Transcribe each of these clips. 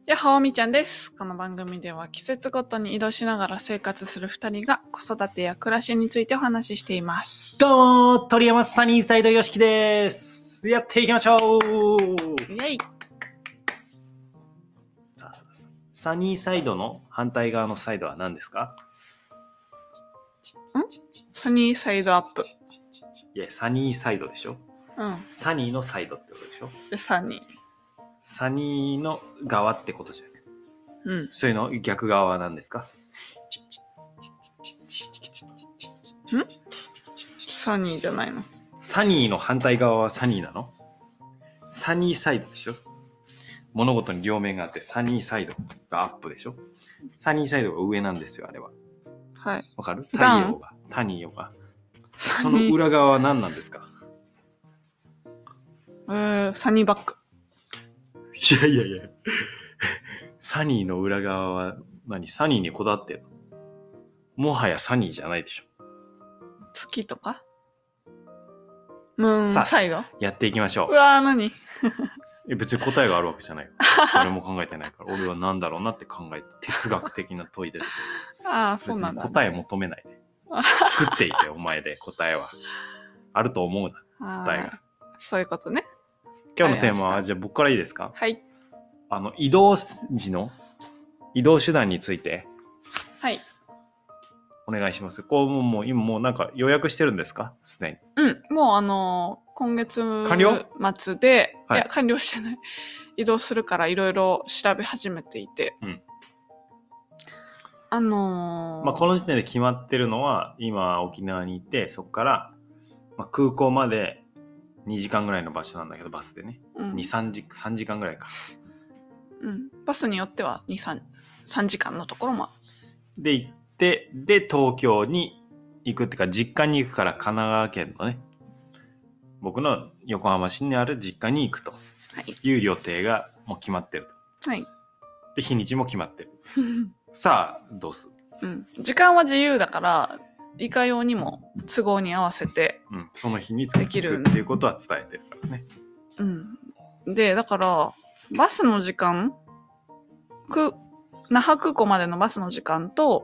やっほーみちゃんです。この番組では季節ごとに移動しながら生活する2人が子育てや暮らしについてお話ししています。 どうも鳥山サニーサイドよしきです。やっていきましょう。 イェイ。 サニーサイドの反対側のサイドは何ですか？ サニーサイドアップ。 いや、サニーサイドでしょ。サニーのサイドってことでしょ。 で、サニー。 サニーの側ってことじゃん。そういうの逆側は何ですか？ サニーじゃないの？ サニーの反対側はサニーなの？サニーサイドでしょ。物事に両面があってサニーサイドがアップでしょ。サニーサイドが上なんですよ、あれは。 はい。 わかる？太陽が、タニーが。その裏側は何なんですか？ サニーバック。 いや。サニーの裏側は何？サニーにこだわってるの？もはやサニーじゃないでしょ。 月とかムーンサイドやっていきましょう。 うわー、何？ 別に答えがあるわけじゃないよ。誰も考えてないから。俺は何だろうなって考えた哲学的な問いです。 ああ、そうなんだ、 別に答え求めないで。作っていて、お前で答えは。あると思うな、答えが。 そういうことね。 今日のテーマは、じゃあ僕からいいですか？ はい。 移動時の移動手段について。 はい。 お願いします。こうもう今もうなんか予約してるんですか？すでに。 もう今月末で、いや完了してない。移動するからいろいろ調べ始めていて。 この時点で決まってるのは今沖縄に行ってそこから、空港まで2時間ぐらいの場所なんだけどバスでね、3時間ぐらいか。 バスによっては3時間のところもで行ってで東京に行くってか実家に行くから神奈川県のね僕の横浜市にある実家に行くという予定がもう決まってると。はい。で日にちも決まってる。さあどうする？ 時間は自由だからいかようにも都合に合わせて、 その日にできるっていうことは伝えてるからね。 でだからバスの時間那覇空港までのバスの時間と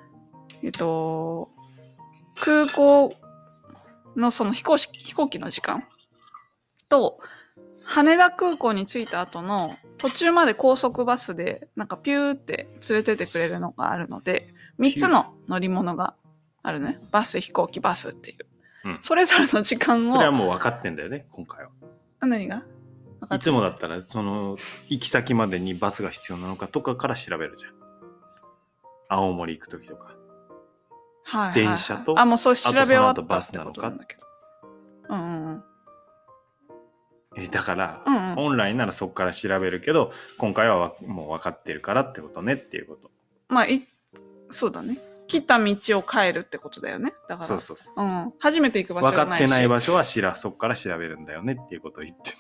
空港のその飛行機の時間と羽田空港に着いた後の途中まで高速バスでなんかピューって連れてってくれるのがあるので3つの乗り物があるね。バス、飛行機、バスっていう、それぞれの時間を。 それはもう分かってんだよね今回は。 何が？ いつもだったらその行き先までにバスが必要なのかとかから調べるじゃん。青森行く時とか。はい。電車ともうそう調べ終わったバスなのか。だから、本来ならそこから調べるけど今回はもう分かってるからってことねっていうこと。 そうだね。来た道を変えるってことだよね。だからそう、 初めて行く場所がないし分かってない場所はそこから調べるんだよねっていうことを言ってる。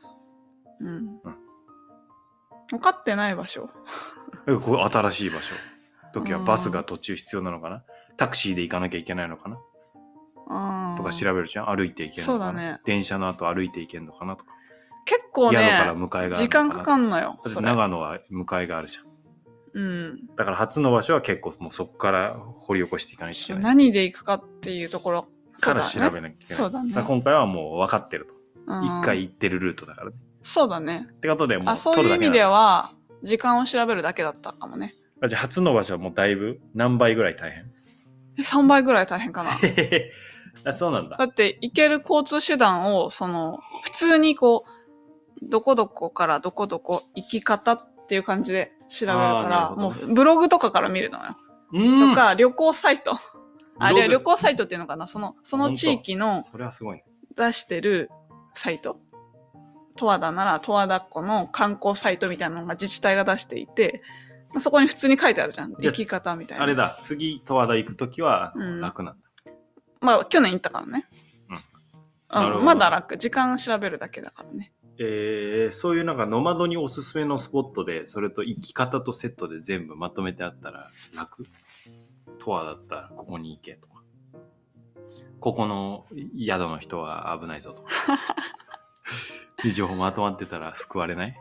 分かってない場所新しい場所時はバスが途中必要なのかな、タクシーで行かなきゃいけないのかなとか調べるじゃん。歩いて行けるのかな、ね、電車の後歩いて行けるのかなとか。 結構ね宿から迎えがあるのかな。 時間かかんのよ。 長野は迎えがあるじゃん。だから初の場所は結構もうそこから掘り起こしていかないといけない。 何で行くかっていうところから調べなきゃいけない。 そうだね。 今回はもう分かってると。一回行ってるルートだからね。 そうだね。 ってことでもうそういう意味では時間を調べるだけだったかもね。 じゃあ初の場所はもうだいぶ何倍ぐらい大変 ？3倍ぐらい大変かな。 そうなんだ。 だって行ける交通手段を普通にどこどこからどこどこ行き方っていう感じで調べるからもうブログとかから見るのよ。とか旅行サイト。旅行サイトっていうのかな。その地域の出してるサイト。十和田なら十和田湖の観光サイトみたいなのが自治体が出していて、そこに普通に書いてあるじゃん。行き方みたいな。 あれだ、次十和田行くときは楽なんだ。去年行ったからね。まだ楽。時間調べるだけだからね。 そういうなんかノマドにおすすめのスポットでそれと行き方とセットで全部まとめてあったら楽？十和だったらここに行けとか、ここの宿の人は危ないぞとかいう情報まとまってたら救われない？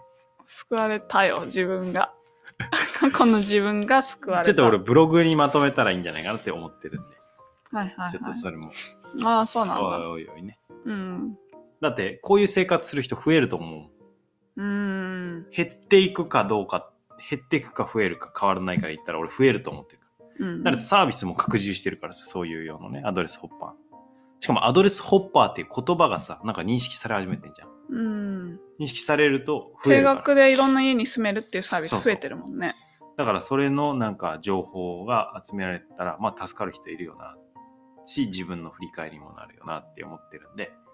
救われたよ、自分が。過去の自分が救われた。 ちょっと俺ブログにまとめたらいいんじゃないかなって思ってるんで。 はいはいはい。 ちょっとそれも。 ああ、そうなんだ。 おいおいね。 うん。 だってこういう生活する人増えると思う。減っていくかどうか、減っていくか増えるか変わらないかで言ったら俺増えると思ってるから。だってサービスも拡充してるからさ、そういう用のね、アドレスホッパー。しかもアドレスホッパーっていう言葉がさ、なんか認識され始めてんじゃん。認識されると増えるから。 定額でいろんな家に住めるっていうサービス増えてるもんね。 だからそれのなんか情報が集められたら、まあ助かる人いるよなし、自分の振り返りにもなるよなって思ってるんで。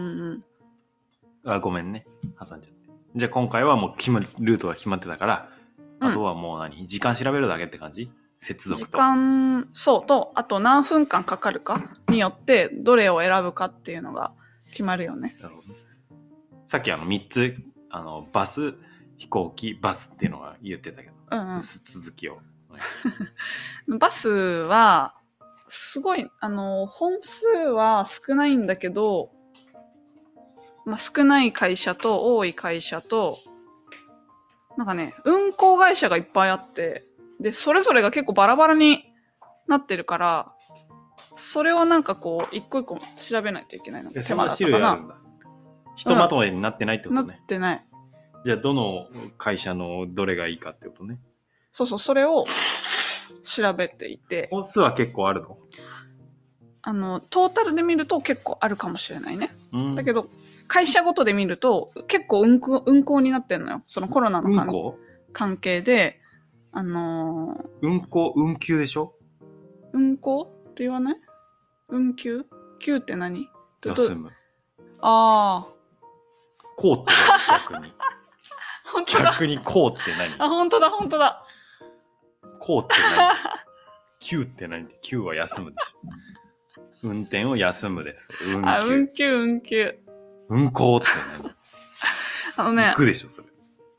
ごめんね、挟んじゃって。じゃあ今回はもうルートが決まってたから、あとはもう時間調べるだけって感じ？接続と。 時間、そうと、あと何分間かかるかによってどれを選ぶかっていうのが決まるよね。 なるほど。さっき3つバス、飛行機、バスっていうのは言ってたけど、続きを。 バスはすごい本数は少ないんだけど、まあ、少ない会社と多い会社となんかね、運行会社がいっぱいあって、でそれぞれが結構バラバラになってるから、それをなんかこう一個一個調べないといけないのが手間だったかな。 ひとまとめになってないってことね。 なってない。 じゃあどの会社のどれがいいかってことね。 そうそう、それを調べていて。 本数は結構あるの？トータルで見ると結構あるかもしれないね。だけど会社ごとで見ると結構運行になってんのよ。そのコロナの関係で、 運休でしょ？ 運行って言わない？運休？休って何？ 休む。 ああ。 こうって逆に。 本当だ。 逆にこうって何？ あ、本当だ本当だ。 こうって何？休って何？休は休むでしょ。運転を休むです。 運休。 運行って何？ ね。 行くでしょそれ。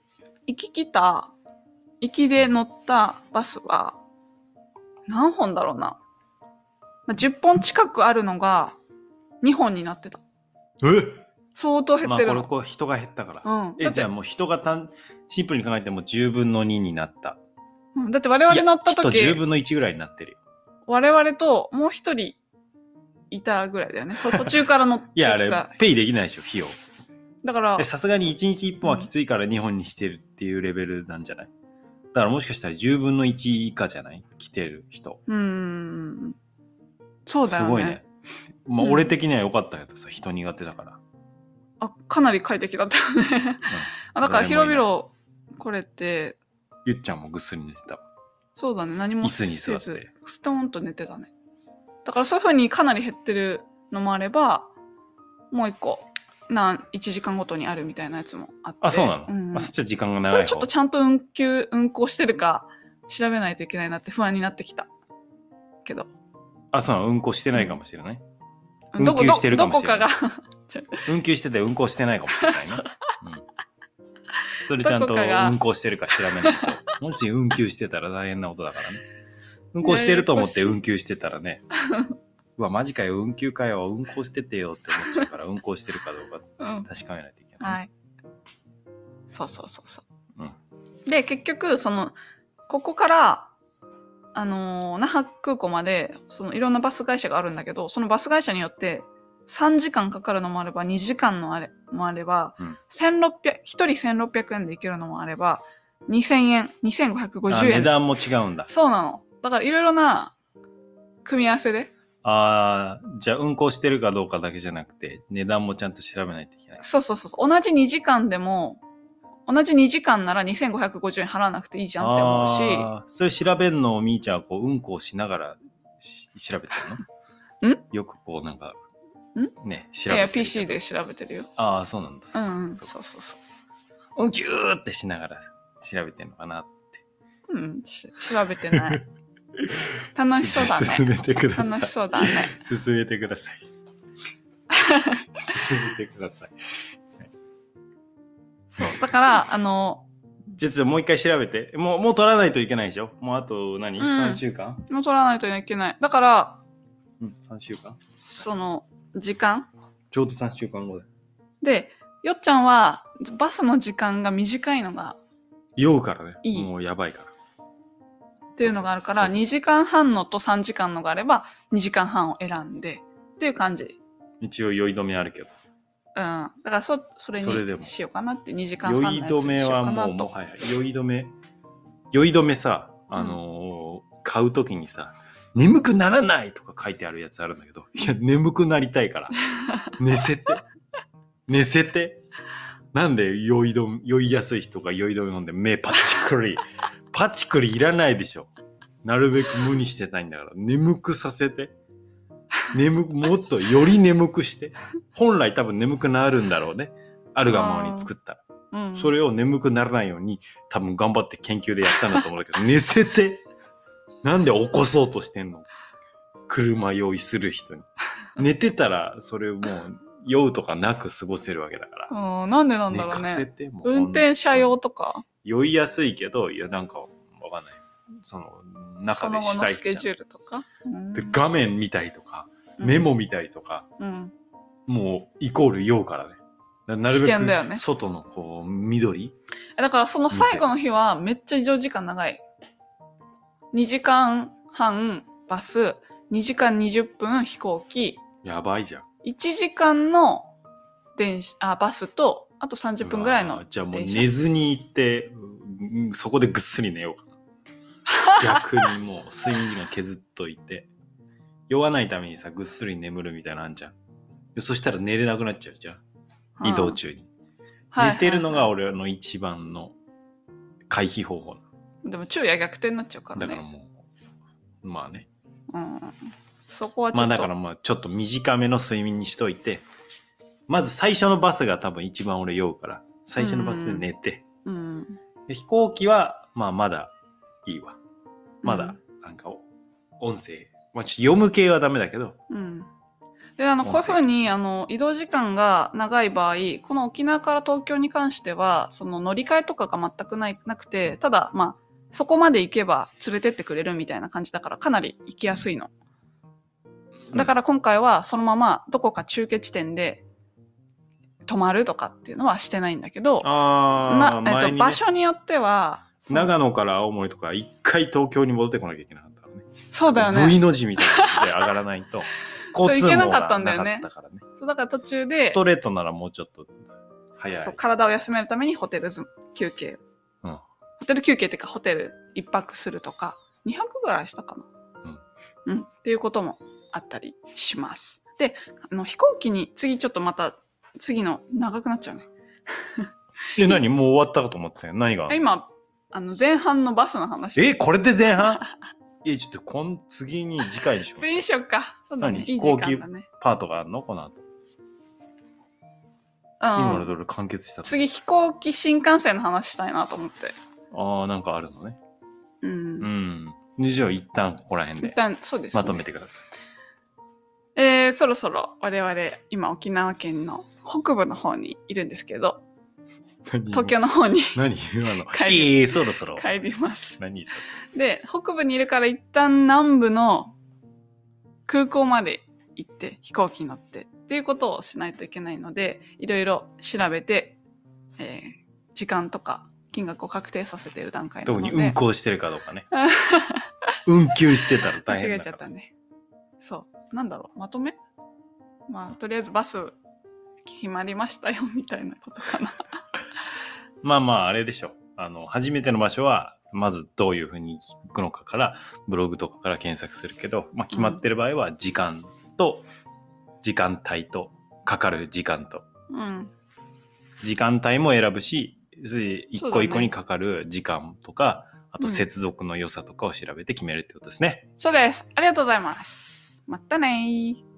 行きで乗ったバスは何本だろうな。10本近くあるのが2本になってた。相当減ってるの。 これ人が減ったから。じゃあもう人がシンプルに考えても10分の2になった。 だって我々乗った時 10分の1ぐらいになってるよ。 我々ともう一人いたぐらいだよね。途中から乗ってきた。 いやあれペイできないでしょ費用。 だからさすがに1日1本はきついから2本にしてるっていうレベルなんじゃない？だからもしかしたら10分の1以下じゃない？来てる人。 そうだよね。 すごいね。まあ俺的には良かったけどさ、人苦手だから。 かなり快適だったよね。だから広々これってゆっちゃんもぐっすり寝てた。 そうだね、何も椅子に座ってストーンと寝てたね。だからそういう風にかなり減ってるのもあれば、もう一個1時間ごとにあるみたいなやつもあって。 あ、そうなの？そっちは時間が長い方。 それちょっとちゃんと運行してるか調べないといけないなって不安になってきたけど。 そうなの？運行してないかもしれない。運休してるかもしれない。 どこかが運休してて運行してないかもしれないね。それちゃんと運行してるか調べないと。もし運休してたら大変なことだからね。運行してると思って運休してたらね。うわ、マジかよ、運休かよ、運行しててよって思っちゃうから、運行してるかどうか確かめないといけない。 はい。そう。で、結局、ここから、那覇空港まで、いろんなバス会社があるんだけど、そのバス会社によって、3時間かかるのもあれば、2時間のもあれば、1人1600円で行けるのもあれば、2000円、2550円。 値段も違うんだ。 そうなの。だからいろいろな組み合わせで。 じゃあ運行してるかどうかだけじゃなくて、値段もちゃんと調べないといけない。 そう。同じ2時間でも、同じ2時間なら2550円払わなくていいじゃんって思うし。 それ調べるのをみーちゃんはこう運行しながら調べてるの？よくこうなんか、ね、調べてる。 いや、PC で調べてるよ。 そうなんだ。 そう。 運休ってしながら調べてるのかなって。 調べてない。楽しそうだね。 進めてください。 楽しそうだね。 進めてください。進めてください。 そう。だから、 実はもう一回調べて。もう取らないといけないでしょ？もうあと3週間？ もう取らないといけない。だから、 3週間？ 時間？ ちょうど3週間後だ。 で、よっちゃんはバスの時間が短いのが酔うからね。 いいもうやばいから。 っていうのがあるから、2時間半のと3時間のがあれば、2時間半を選んで、っていう感じ。 一応酔い止めあるけど。 だからそれにしようかなって、2時間半のやつにしようかなと。 酔い止めはもう、酔い止めさ、買うときにさ、眠くならないとか書いてあるやつあるんだけど、いや、眠くなりたいから。寝せて。なんで酔いやすい人が酔い止め飲んで目パチクリ。パチクリいらないでしょ。なるべく無にしてたいんだから。眠くさせて。もっとより眠くして。本来多分眠くなるんだろうね。アルガモアに作ったら。それを眠くならないように多分頑張って研究でやったんだと思うんだけど、寝せて。なんで起こそうとしてんの？車用意する人に。寝てたらそれをもう酔うとかなく過ごせるわけだから。 なんでなんだろうね。 寝かせても運転者用とか酔いやすいけど、いやなんかわかんない。その中でしたいスケジュールとか。 で画面見たりとか、メモ見たりとか、もうイコール酔うからね。なるべく外のこう緑。 だからその最後の日はめっちゃ移動時間長い。2時間半バス、2時間20分飛行機。 やばいじゃん。 1時間のバスと、あと30分ぐらいの電車。 じゃあもう寝ずに行って、そこでぐっすり寝ようかな。逆にもう睡眠時間削っといて、酔わないためにさ、ぐっすり眠るみたいなのあんじゃん。そしたら寝れなくなっちゃうじゃん。移動中に。寝てるのが俺の一番の回避方法。 でも昼夜逆転になっちゃうからね。 だからもう、まあね。 そこはちょっと。 だからまあちょっと短めの睡眠にしといて、まず最初のバスが多分一番俺酔うから、最初のバスで寝て、で飛行機はまだいいわ。まだなんか音声、ちょっと読む系はダメだけど。 で、こういうふうに移動時間が長い場合、この沖縄から東京に関しては、その乗り換えとかが全くなくて、ただそこまで行けば連れてってくれるみたいな感じだからかなり行きやすいの。だから今回はそのままどこか中継地点で泊まるとかっていうのはしてないんだけど、場所によっては長野から青森とか一回東京に戻ってこなきゃいけなかったからね。 そうだよね。 V の字みたいなので上がらないと交通網がなかったからね。 そうだから途中でストレートならもうちょっと早い。 体を休めるためにホテル休憩、ホテル休憩っていうかホテル一泊するとか2泊ぐらいしたかな、っていうこともあったりします。で、飛行機に次の長くなっちゃうね。 何もう終わったかと思ってたよ。何が今前半のバスの話。 これで前半ちょっと次回にしよう。 次にしよっか。 飛行機パートがあるのこの後。今のところ完結した。 次飛行機新幹線の話したいなと思って。 なんかあるのね。じゃあ一旦ここら辺でそうです、 まとめてください。そろそろ我々今沖縄県の北部の方にいるんですけど、東京の方にそろそろ帰ります。 何で、北部にいるから一旦南部の空港まで行って飛行機に乗ってっていうことをしないといけないので、いろいろ調べて、時間とか金額を確定させている段階なので。 特に運行してるかどうかね。運休してたら大変だから。 間違えちゃったね。そう。なんだろう、まとめ？とりあえずバス決まりましたよみたいなことかな。 あれでしょ。初めての場所はまずどういうふうに行くのかからブログとかから検索するけど、決まってる場合は時間と時間帯とかかる時間と、時間帯も選ぶし、一個一個にかかる時間とか、あと接続の良さとかを調べて決めるってことですね。 そうです。ありがとうございます。またねー。